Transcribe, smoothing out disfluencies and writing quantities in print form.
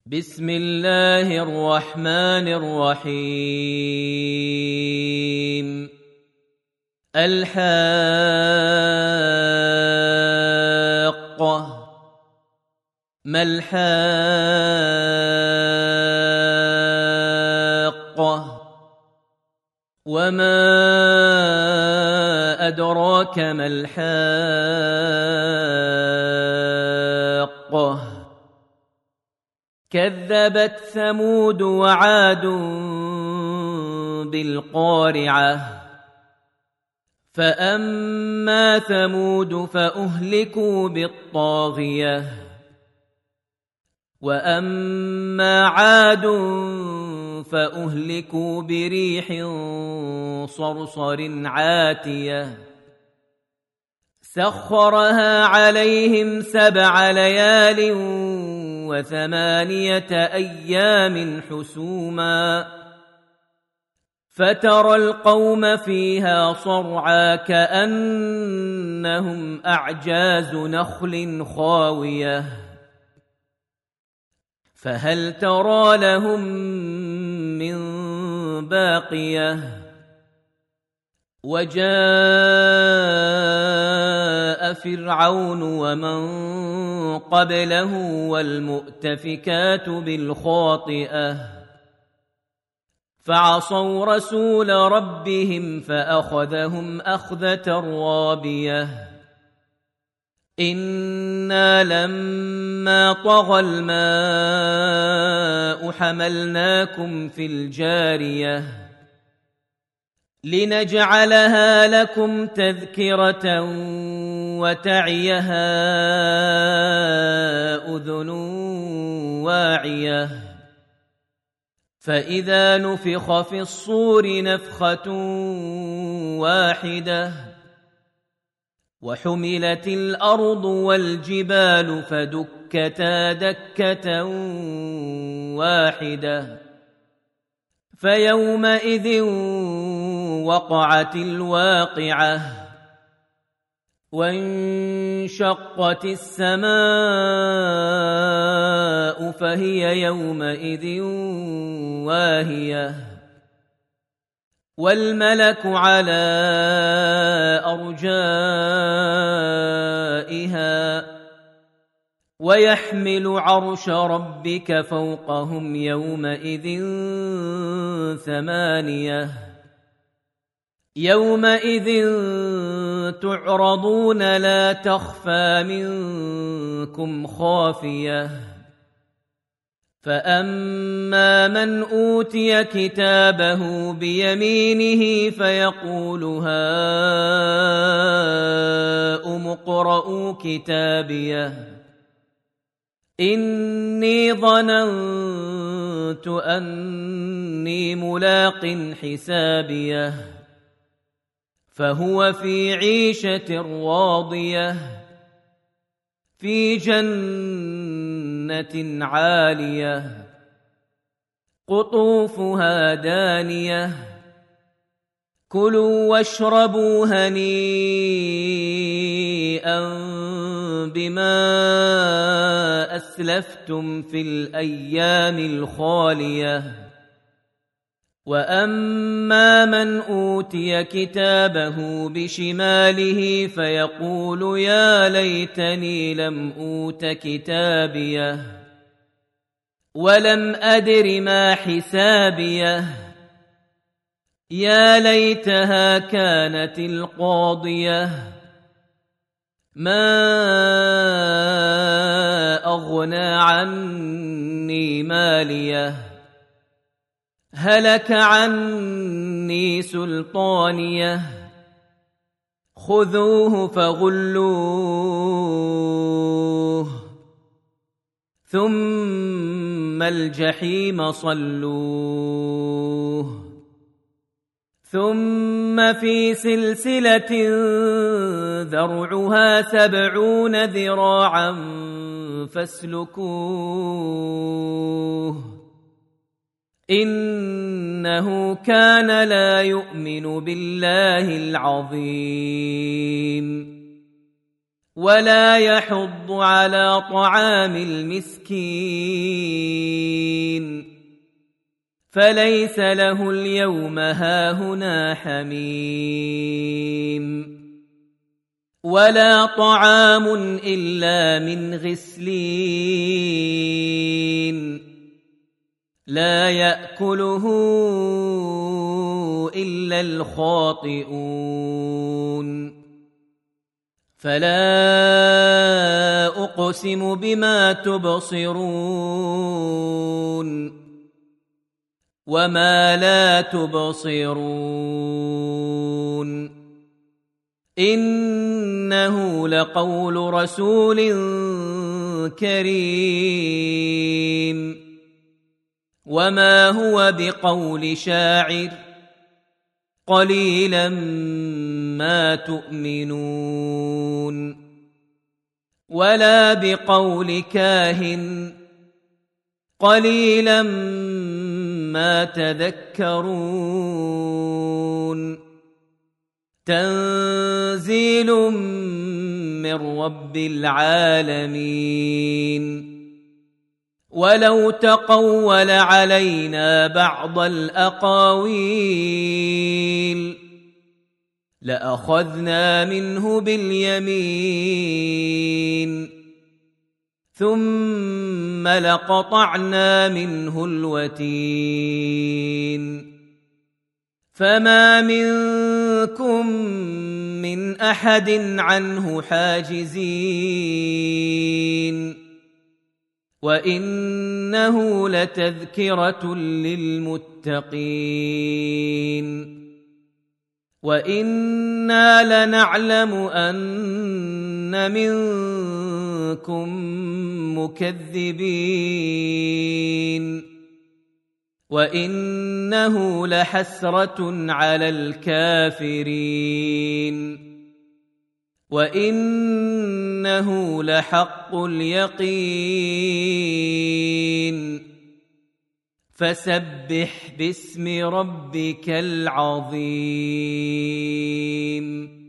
بسم الله الرحمن الرحيم. الحاقة. ما الحاقة؟ وما أدراك ما الحاقة؟ كذبت ثمود وعاد بالقارعة. فأما ثمود فأهلكوا بالطاغية، وأما عاد فأهلكوا بريح صرصر عاتية سخرها عليهم 7 ليال و8 أيام حسوما، فترى القوم فيها صرعى كأنهم أعجاز نخل خاوية، فهل ترى لهم من باقية؟ وجاء فرعون ومن قبله والمؤتفكات بالخاطئة، فعصوا رسول ربهم فأخذهم أخذة رابية. إنا لما طغى الماء حملناكم في الجارية لنجعلها لكم تذكرة وتعيها أذن واعية. فإذا نفخ في الصور نفخة واحدة وحملت الأرض والجبال فدكتا دكة واحدة، فيومئذ وقعت الواقعة، وانشقت السماء فهي يومئذ واهية، والملك على أرجائها، ويحمل عرش ربك فوقهم يومئذ 8. يومئذ تعرضون لا تخفى منكم خافية. فأما من أوتي كتابه بيمينه فيقول هاؤم اقرءوا كتابيه إني ظننت أني ملاق حسابيه، فهو في عيشة راضية في جنة عالية قطوفها دانية. كلوا واشربوا هنيئا بما أسلفتم في الأيام الخالية. وأما من أوتي كتابه بشماله فيقول يا ليتني لم أوت كتابيه ولم أدر ما حسابيه، يا ليتها كانت القاضية ما أغنى عني ماليه، هلك عني سلطانيه، خذوه فغلوه ثم الجحيم صلوه، ثم في سلسلة ذرعها 70 ذراعا فاسلكوه، إنه كان لا يؤمن بالله العظيم ولا يحض على طعام المسكين فليس له اليوم هاهنا حميم ولا طعام إلا من غسلين لا يأكله إلا الخاطئون فلا أقسم بما تبصرون وما لا تبصرون إنه لقول رسول كريم وما هو بقول شاعر قليلا ما تؤمنون ولا بقول كاهن قليلا ما تذكرون تنزيل من رب العالمين ولو تقول علينا بعض الأقاويل لأخذنا منه باليمين ثم لقطعنا منه الوتين فما منكم من أحد عنه حاجزين وإنه لتذكرة للمتقين وإنا لنعلم أن منكم مكذبين وإنه لحسرة على الكافرين وإنه لحق اليقين فسبح باسم ربك العظيم